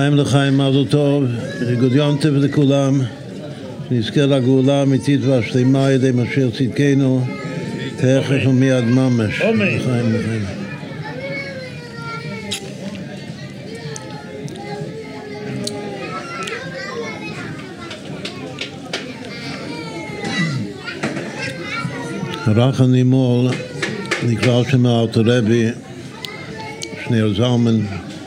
לחיים מזל טוב, ריגוד יום טוב לכולם, שנזכה לגאולה האמיתית והשלמה על ידי משיח צדקנו, תכף ומיד ממש. לחיים לחיים. רח הנימול נקרא שם אלתר רבי שניאור זלמן,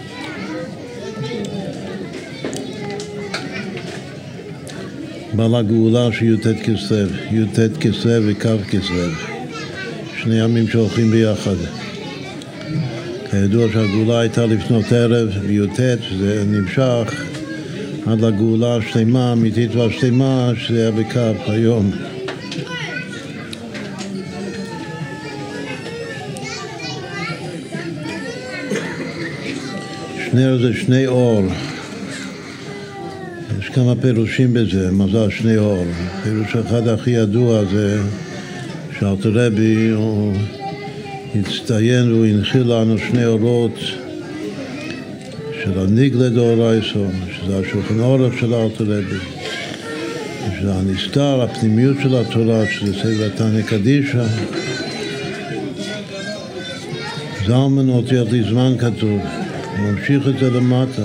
בעל הגאולה של י"ט כסלו, י"ט כסלו וכ"ו כסלו, שני ימים שהולכים ביחד. כידוע שהגאולה הייתה לפנות ערב בי"ט, זה נמשך עד לגאולה השלמה, האמיתית והשלמה, שזה היה בכ"ו היום. שניאור זה שני אור. יש כמה פירושים בזה, מה זה שני אור. פירוש אחד הכי ידוע זה שאלתר רבי הוא הצטיין והוא הנחיל לנו שני אורות של הניגלה דאורייתא, שזה השולחן אורך של אלתר רבי, שזה הנסתר, הפנימיות של התורה, שזה ספר התניא קדישא. זלמן הותיר לי זמן כתוב, ממשיך את זה למטה.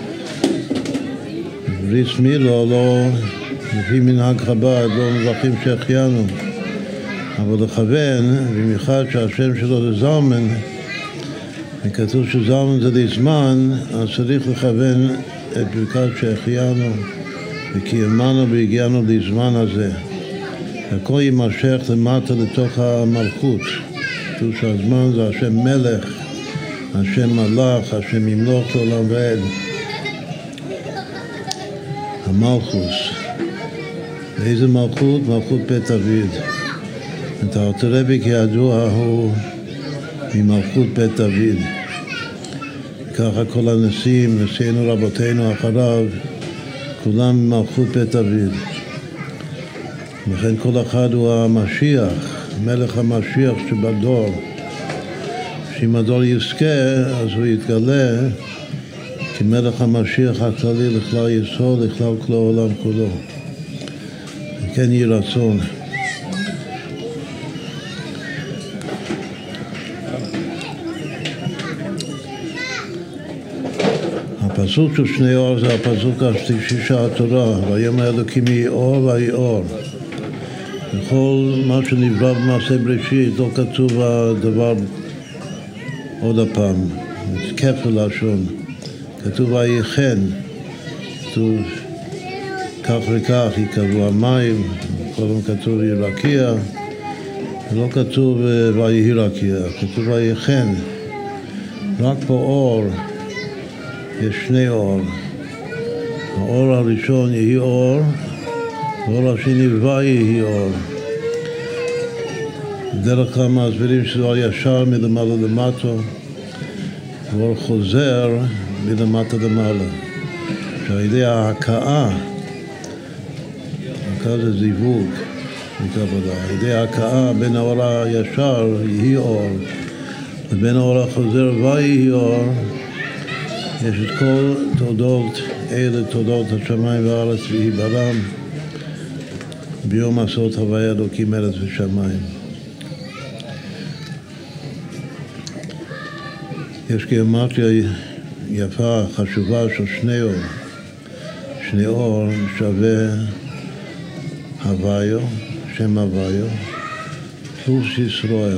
בריס מילה לא, לפי מנהג חב"ד, לא מברכים שהחיינו, אבל לכוון, במיוחד שהשם שלו זה זלמן, וכתוב שזלמן זה לזמן, אז צריך לכוון את ברכת שהחיינו, וקיימנו והגיענו לזמן הזה. הכל יימשך למטה לתוך המלכות. כתוב שהזמן זה השם מלך, השם מלך, השם ימלוך לעולם ועד. המלכוס. ואיזה מלכות? מלכות בית דוד. את אלתר רבי כידוע הוא ממלכות בית דוד. ככה כל הנשיאים, נשיאנו רבותינו אחריו, כולם ממלכות בית דוד. לכן כל אחד הוא המשיח, מלך המשיח שבדור. שאם הדור יזכה, אז הוא יתגלה כמלך המשיח הכללי לכלל ישראל, לכלל כל העולם כולו. כן יהי רצון. הפסוק של שני אור זה הפסוק השלישי של התורה, ויאמר אלוקים יהי אור ויהי אור. בכל מה שנברא במעשה בראשית לא כתוב הדבר עוד הפעם, זה כפל לשון. כתוב ויהי חן, כתוב כך וכך יקבעו המים, קודם כתוב ויהי רקיע, ולא כתוב ויהי רקיע, כתוב ויהי חן. רק פה אור, יש שני אור. האור הראשון יהי אור, והאור השני ויהי אור. בדרך כלל מסבירים שזה אור ישר מלמעלה למטה, ואור חוזר מלמטה למעלה. שעל ידי ההכאה, ההכאה זה זיווג, על ידי ההכאה בין האור הישר יהי אור, ובין האור החוזר ויהי אור, יש את כל תולדות אלה, תולדות השמיים והארץ ויהי ברם, ביום עשות הוויה אלוקים ארץ ושמיים. יש גיאומטריה יפה, חשובה של שני אור. שני אור שווה הוויו, שם הוויו, פלוס ישראל.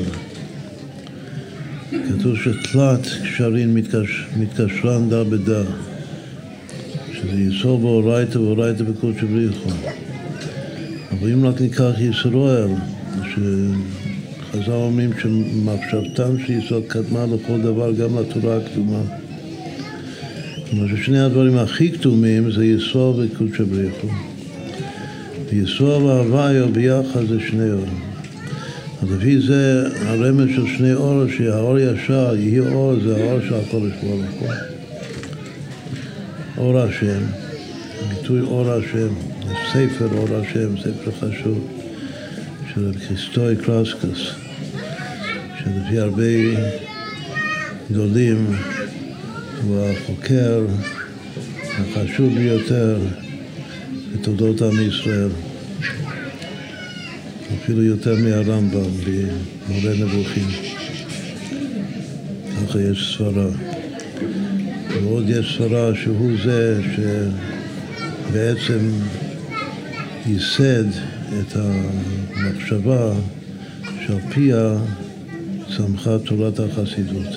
כתוב שתלת קשרים מתקשרן דה בדה, שזה יסוד באורייתא ואורייתא בקודש בריחו. אבל אם רק ניקח ישראל, חז"ל אומרים שמחשבתם של ישראל קדמה לכל דבר, גם לתורה הקדומה. כלומר ששני הדברים הכי קדומים זה ישראל וקודש בריחו. וישראל והוויו ביחד זה שני אור. אז לפי זה הרמז של שני אור, שהאור ישר יהיה אור, זה האור של הקודש ברוך הוא. אור השם, ביטוי אור השם, ספר אור השם, ספר חשוב, של כריסטוי קלאסקוס, שלפי הרבה גדולים הוא החוקר החשוב ביותר בתולדות עם ישראל. אפילו יותר מהרמב"ם במורה נבוכים. ככה יש סברה. ועוד יש סברה שהוא זה שבעצם ייסד את המחשבה שעל פיה צמחה תורת החסידות.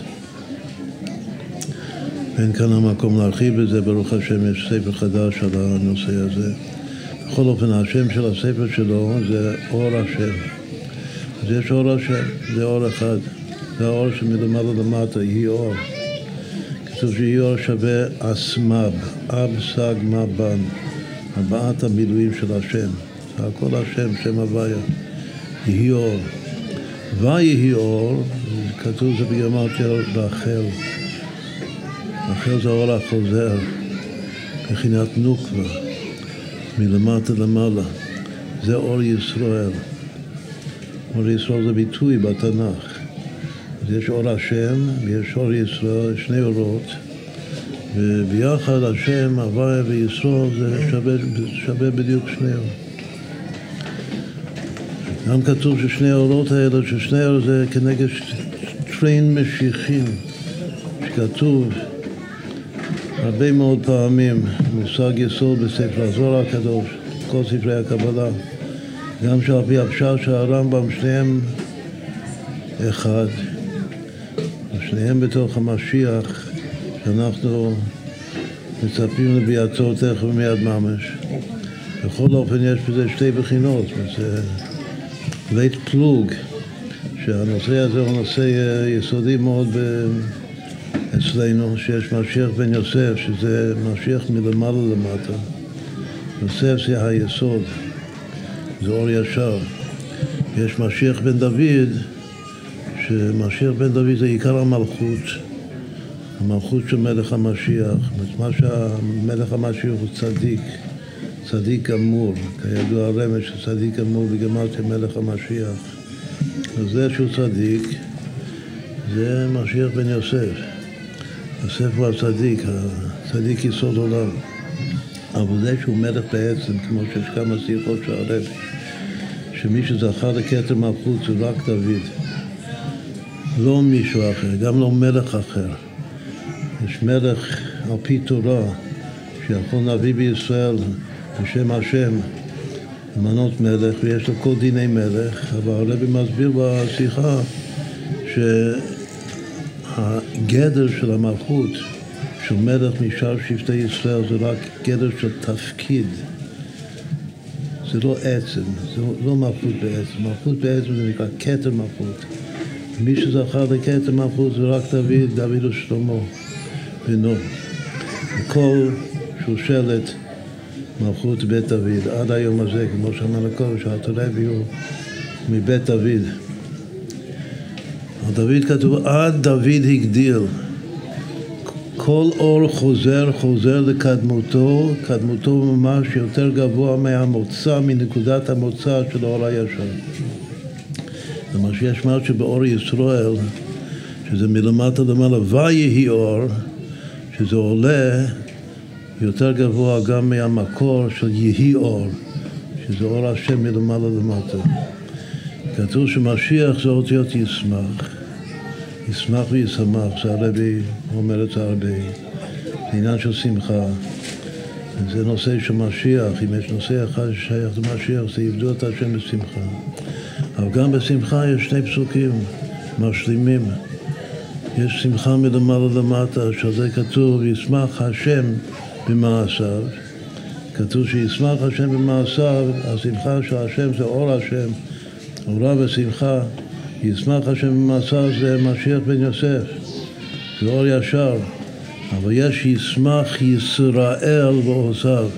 אין כאן המקום להרחיב בזה, ברוך השם יש ספר חדש על הנושא הזה. בכל אופן, השם של הספר שלו זה אור השם. אז יש אור השם, זה אור אחד. זה האור שמלמעלה למטה, יהי אור. כתוב שיהי אור שווה אסמב, אב סג מבן, הבעת המילואים של השם. זה הכל השם, שם הוויה. יהי אור. ויהי אור, כתוב זה בגמרתיה רחל. רחל זה אור החוזר, מבחינת נוקבה. מלמטה למעלה, זה אור ישראל. אור ישראל זה ביטוי בתנ"ך. אז יש אור השם ויש אור ישראל, שני אורות, וביחד השם, הוויה וישראל זה שווה בדיוק שניהם. גם כתוב ששני האורות האלה, ששני האורות זה כנגד טרין משיחים, שכתוב הרבה מאוד פעמים, מושג יסוד בספר הזוהר הקדוש, כל ספרי הקבלה, גם שעל פי הפשט של הרמב"ם, שניהם אחד, שניהם בתוך המשיח, שאנחנו מצפים לביאתו תכף מיד ממש. בכל אופן יש בזה שתי בחינות, זה בית פלוג, שהנושא הזה הוא נושא יסודי מאוד אצלנו, שיש משיח בן יוסף, שזה משיח מלמעלה למטה. יוסף זה היסוד, זה אור ישר. יש משיח בן דוד, שמשיח בן דוד זה עיקר המלכות, המלכות של מלך המשיח. מה שהמלך המשיח הוא צדיק, צדיק גמור, כידוע הרמז שצדיק גמור בגמרתיה מלך המשיח. אז זה שהוא צדיק, זה משיח בן יוסף. יוסף הוא הצדיק, הצדיק יסוד עולם. אבל זה שהוא מלך בעצם, כמו שיש כמה שיחות של הרב, שמי שזכה לכתר מלכות זה רק דוד. לא מישהו אחר, גם לא מלך אחר. יש מלך על פי תורה, שיכול להביא בישראל בשם השם, למנות מלך, ויש לו כל דיני מלך, אבל הרב מסביר בשיחה שהגדר של המלכות, של מלך משאר שבטי ישראל, זה רק גדר של תפקיד. זה לא עצם, זה לא מלכות בעצם. מלכות בעצם זה נקרא כתר מלכות. מי שזכה לכתר מלכות זה רק דוד ושלמה בנו. וכל שושלת מלכות בית דוד, עד היום הזה, כמו שאמרנו קודם, שהתלוי הוא מבית דוד. על דוד כתוב, עד דוד הגדיל. כל אור חוזר לקדמותו, קדמותו ממש יותר גבוה מהמוצא, מנקודת המוצא של האור הישר. זאת אומרת שיש משהו שבאור ישראל, שזה מלמטה למעלה, ויהי אור, שזה עולה יותר גבוה גם מהמקור של יהי אור, שזה אור השם מלמעלה למטה. כתוב שמשיח זה אותיות ישמח. ישמח וישמח, זה הרבי אומר את זה הרבה. זה עניין של שמחה. זה נושא של משיח. אם יש נושא אחד ששייך למשיח, זה יבדו את השם בשמחה. אבל גם בשמחה יש שני פסוקים משלימים. יש שמחה מלמעלה למטה, שזה כתוב, ישמח השם במעשיו. כתוב שישמח השם במעשיו, השמחה של השם זה אור השם, אורה ושמחה. ישמח השם במעשיו זה משיח בן יוסף, זה אור ישר. אבל יש ישמח ישראל ועושיו.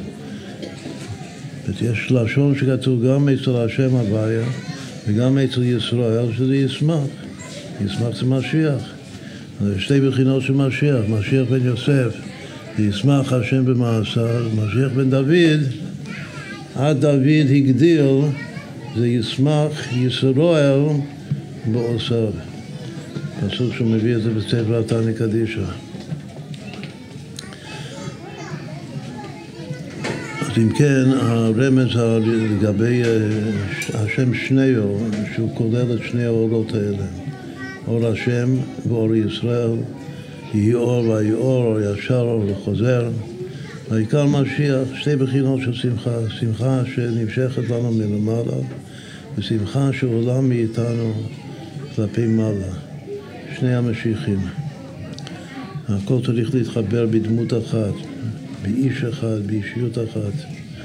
יש לשון שכתוב גם אצל השם הוויה וגם אצל ישראל, שזה ישמח. ישמח זה משיח. זה שתי בחינות של משיח. משיח בן יוסף זה ישמח השם במעשיו. משיח בן דוד, עד דוד הגדיל, זה ישמח ישראל ועושיו. פסוק שהוא מביא את זה בספר התניא קדישא. אז אם כן, הרמז לגבי השם שניו, שהוא כולל את שני האורות האלה, אור השם ואור ישראל, יהי אור ויהי אור, אור ישר, אור וחוזר. העיקר משיח, שתי בחינות של שמחה, שמחה שנמשכת לנו מלמעלה, ושמחה שעולה מאיתנו כלפי מעלה. שני המשיחים. הכל צריך להתחבר בדמות אחת, באיש אחד, באישיות אחת.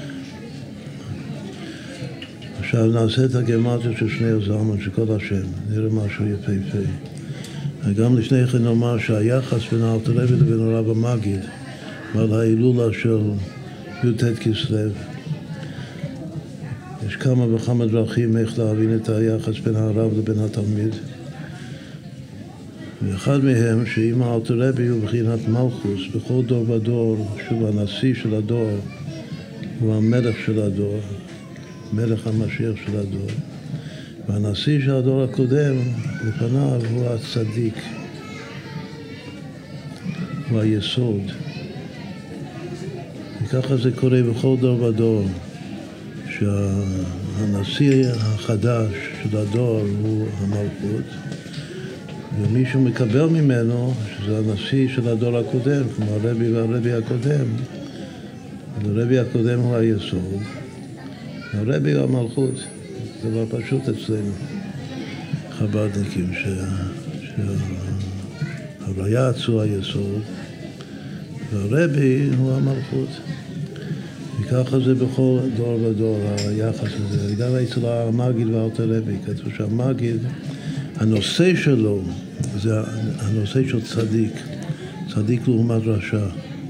עכשיו נעשה את הגמטריה של שני הזלמן, של כל השם, נראה משהו יפהפה. וגם לפני כן נאמר שהיחס בין אלתר רבי לבין הרב המגיד, ועל ההילולה של י"ט כסלו. יש כמה וכמה דרכים איך להבין את היחס בין הרב לבין התלמיד. ואחד מהם, שאם אלתר רבי הוא בחינת מלכוס, בכל דור ודור, שהוא הנשיא של הדור, הוא המלך של הדור, מלך המשיח של הדור. והנשיא של הדור הקודם, לפניו, הוא הצדיק, הוא היסוד. וככה זה קורה בכל דור ודור, שהנשיא החדש של הדור הוא המלכות, ומישהו מקבל ממנו, שזה הנשיא של הדור הקודם, כמו הרבי והרבי הקודם, הרבי הקודם הוא היסוד, הרבי הוא המלכות. זה דבר פשוט אצלנו, חב"דניקים, שהריי"צ הוא היסוד, והרבי הוא המלכות. וככה זה בכל דור ודור, היחס הזה. גם אצל המגיד ואלתר רבי, כתוב שהמגיד, הנושא שלו זה הנושא של צדיק, צדיק לעומת רשע.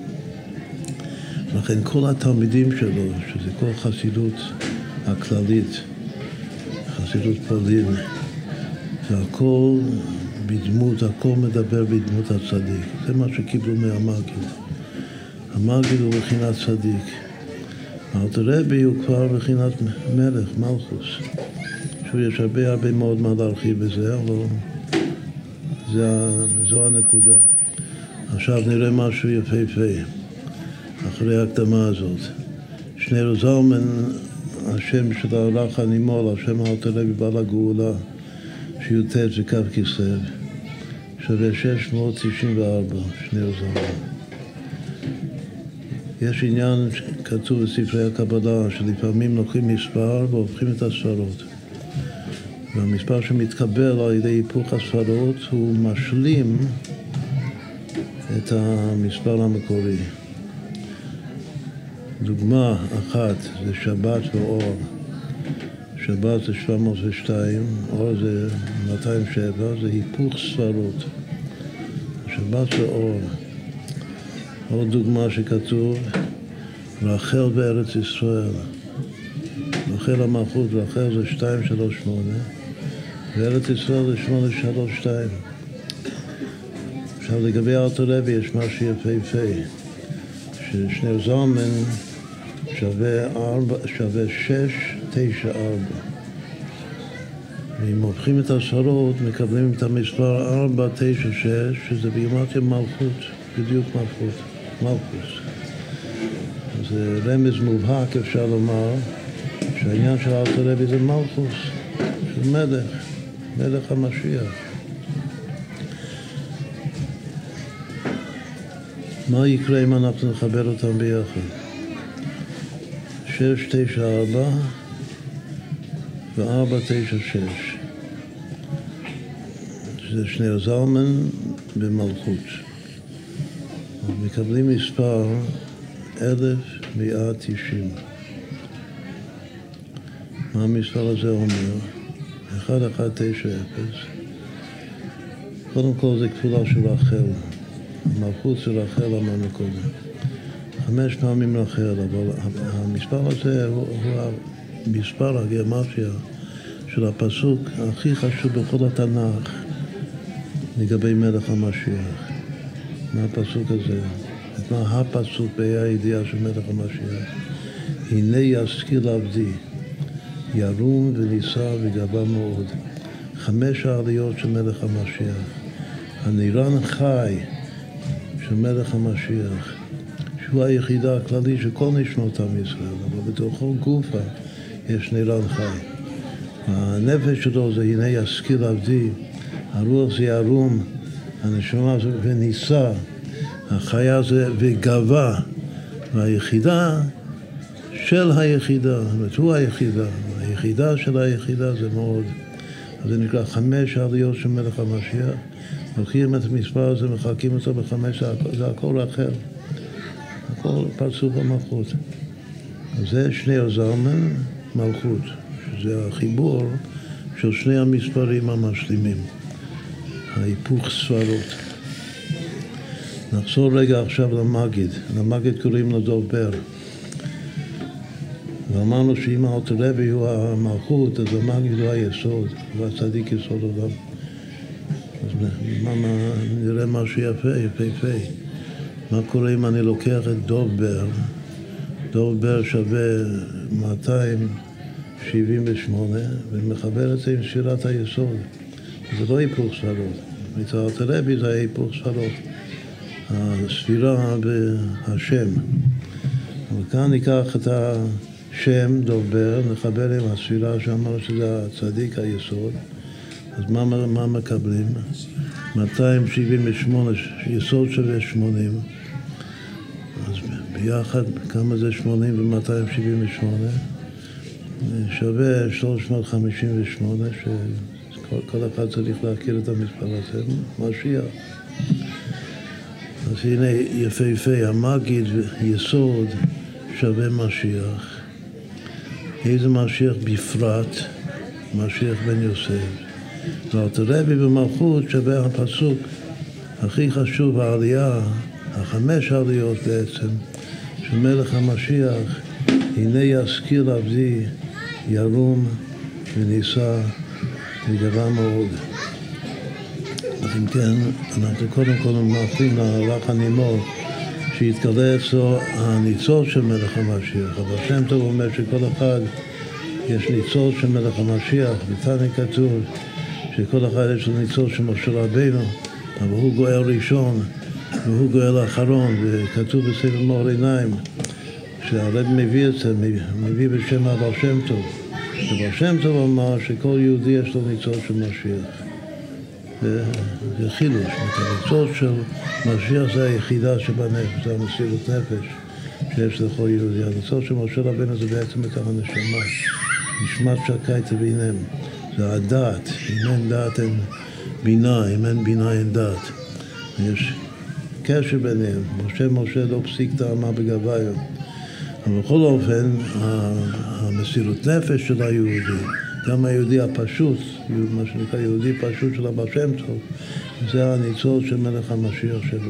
לכן כל התלמידים שלו, שזה כל חסידות הכללית, חסידות פולין, זה הכל בדמות, הכל מדבר בדמות הצדיק. זה מה שקיבלו מהמגיד. המגיד הוא בחינת צדיק. אלתר רבי הוא כבר בחינת מלך, מלכוס. יש הרבה מאוד מה להרחיב בזה, אבל זו הנקודה. עכשיו נראה משהו יפהפה, אחרי ההקדמה הזאת. שני זלמן, השם של הלך הנימול, השם אלתר רבי בעל הגאולה, שי"ט זה כ' כסלו, שווה 694, שני זלמן. יש עניין כתוב בספרי הקבלה, שלפעמים לוקחים מספר והופכים את הספרות. והמספר שמתקבל על ידי היפוך הספרות הוא משלים את המספר המקורי. דוגמה אחת זה שבת ואור. שבת זה 702, אור זה 207, זה היפוך ספרות. שבת ואור. עוד דוגמה שכתוב, רחל בארץ ישראל. רחל המלכות, רחל זה 238, וארץ ישראל זה 832. עכשיו לגבי אלתר רבי יש משהו יפהפה, ששני זלמן שווה 694. ואם הופכים את הספרות, מקבלים את המספר 496, שזה ביומטיה מלכות, בדיוק מלכות, מלכוס. זה רמז מובהק, אפשר לומר, שהעניין של אלתר רבי זה מלכוס, של מלך, מלך המשיח. מה יקרה אם אנחנו נחבר אותם ביחד? 694 ו-496. זה שני זלמן במלכות. מקבלים מספר 1190. מה המספר הזה אומר? 1190. קודם כל זה כפולה של רחל. המלכות של רחל אמרנו קודם. 5 פעמים רחל, אבל המספר הזה הוא המספר הגמטריה של הפסוק הכי חשוב בכל התנ"ך לגבי מלך המשיח. מה הפסוק הזה? מה הפסוק בה"א הידיעה של מלך המשיח? הנה ישכיל עבדי, ירום ונישא וגבה מאוד. 5 העליות של מלך המשיח. הנירן חי של מלך המשיח, שהוא היחידה הכללית של כל נשמות עם ישראל, אבל בתוכו גופה יש נירן חי. הנפש שלו זה הנה ישכיל עבדי, הרוח זה ירום, הנשמה זה וניסה, החיה זה וגבה, והיחידה של היחידה, זאת אומרת הוא היחידה, היחידה של היחידה זה מאוד, אז זה נקרא 5 העליות של מלך המשיח, לוקחים את המספר הזה, מחלקים אותו ב5, זה הכל אחר, הכל פרצוף המלכות. אז זה שני זלמן מלכות, שזה החיבור של שני המספרים המשלימים, ההיפוך ספרות. נחזור רגע עכשיו למגיד, למגיד קוראים לו דוב בר. ואמרנו שאם האלטר רבי הוא המלכות, אז המגיד הוא היסוד, הוא הצדיק יסוד עולם. אז נראה משהו יפה. מה קורה אם אני לוקח את דוב בר? דוב בר שווה 278, ומחבר את זה עם ספירת היסוד. זה לא היפוך ספרות. מצד האלטר רבי זה היפוך ספרות. הספירה והשם. אבל כאן ניקח את השם דובר, נחבר עם הספירה שאמר שזה הצדיק היסוד. אז מה מקבלים? 278, יסוד שווה 80. אז ביחד, כמה זה 80 ו-278? שווה 358, שכל אחד צריך להכיר את המספר הזה, משיח. אז הנה יפה, המגיד יסוד שווה משיח. איזה משיח בפרט? משיח בן יוסף. ואלתר רבי במלכות שווה הפסוק הכי חשוב, העלייה, 5 העליות בעצם, של מלך המשיח, הנה ישכיל עבדי ירום וניסה וגבה מאוד. אז אם כן, אנחנו קודם כל מאחלים לרח הנימור שיתגלה אצלו הניצוץ של מלך המשיח. אבל שם טוב אומר שכל אחד יש ניצוץ של מלך המשיח, בתניא כתוב שכל אחד יש לו ניצוץ של משה רבינו, אבל הוא גואל ראשון והוא גואל האחרון, וכתוב בספר מאור עיניים שהרב מביא את זה, מביא בשם הבעל שם טוב. הבעל שם טוב אמר שכל יהודי יש לו ניצוץ של משיח. זה חילוש, הניצוץ של משיח זה היחידה שבנפש, זה המסירות נפש שיש לכל יהודי. הניצוץ של משה רבינו זה בעצם את הנשמה, נשמת שקי תבינם, זה הדעת, אם אין דעת אין בינה, אם אין בינה אין דעת. יש קשר ביניהם, משה לא פסיק טעמה בגביו. אבל בכל אופן, המסירות נפש של היהודי, גם היהודי הפשוט, מה שנקרא יהודי פשוט של הבעל שם טוב, זה הניצוץ של מלך המשיח שלו.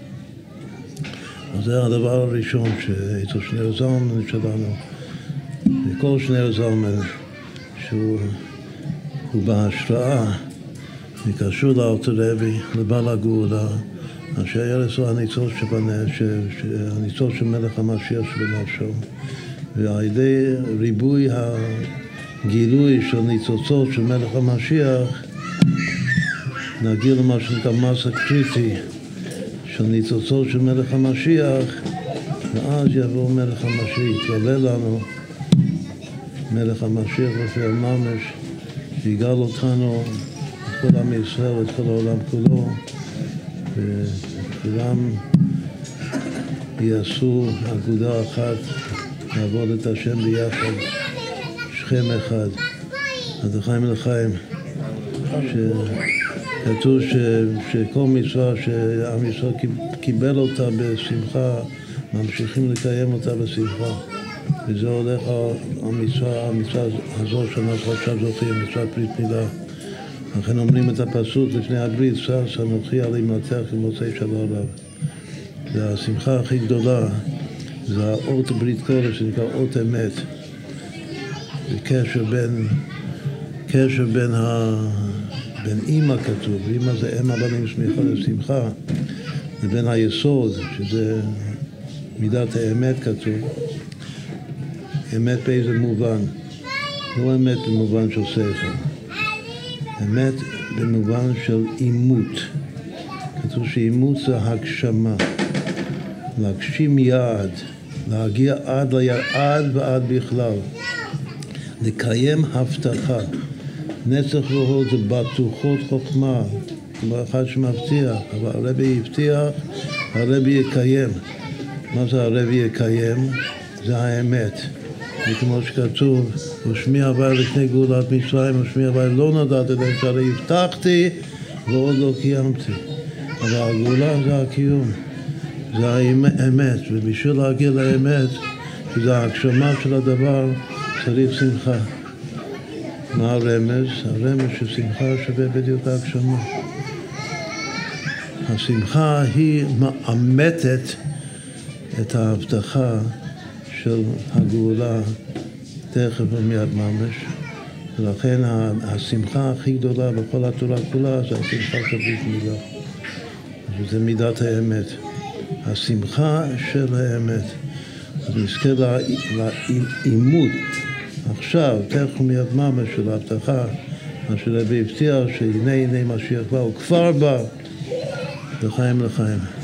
אז זה הדבר הראשון שאצל שני זלמן שלנו, וכל שני זלמן שהוא בהשראה, מקשור לאלתר רבי, לבעל הגאולה, אשר היה לסו הניצוץ הניצוץ של מלך המשיח שבנפשו, ועל ידי ריבוי הגילוי של ניצוצות של מלך המשיח נגיע למה שנקרא מסה קריטי של ניצוצות של מלך המשיח, ואז יבוא מלך המשיח, יתגלה לנו מלך המשיח לפי ממש, ויגאל אותנו, את כל עם ישראל, את כל העולם כולו, וכולם יעשו אגודה אחת, לעבוד את השם ביחד, שכם אחד, עד החיים לחיים, שכתוב שכל מצווה שעם ישראל קיבל אותה בשמחה, ממשיכים לקיים אותה בשמחה. וזה הולך המצווה הזאת שאנחנו עכשיו זוכרים, מצוות ברית מילה. לכן אומרים את הפסוק לפני הברית, שש אנוכי עלי מלאך כמוצאי של העולם. זה השמחה הכי גדולה, זה האות ברית קודש, שנקרא אות אמת. זה קשר בין אימא כתוב, אימא זה אם הבנים שמחה לשמחה, לבין היסוד, שזה מידת האמת כתוב. אמת באיזה מובן? לא אמת במובן של שכל. אמת במובן של אימות. כתוב שאימות זה הגשמה. להגשים יעד, להגיע עד ליעד ועד בכלל, לקיים הבטחה. נצח והוד זה בטוחות חוכמה, כמו אחד שמבטיח, אבל הרבי הבטיח, הרבי יקיים. מה זה הרבי יקיים? זה האמת. וכמו שכתוב, ושמי הווי לפני גאולת מצרים, ושמי הווי לא נודעתי להם, שהרי הבטחתי ועוד לא קיימתי. אבל הגאולה זה הקיום, זה האמת, ובשביל להגיע לאמת, שזה ההגשמה של הדבר, צריך שמחה. מה הרמז? הרמז ששמחה שווה בדיוק ההגשמה. השמחה היא מאמתת את ההבטחה של הגאולה תכף ומיד ממש, ולכן השמחה הכי גדולה בכל התורה כולה זה השמחה שברית מילה. וזה מידת האמת, השמחה של האמת. אז נזכה לאימות עכשיו, תכף ומיד ממש של ההבטחה, מה שרבי הבטיח, שהנה משיח בא, הוא כבר בא, לחיים לחיים.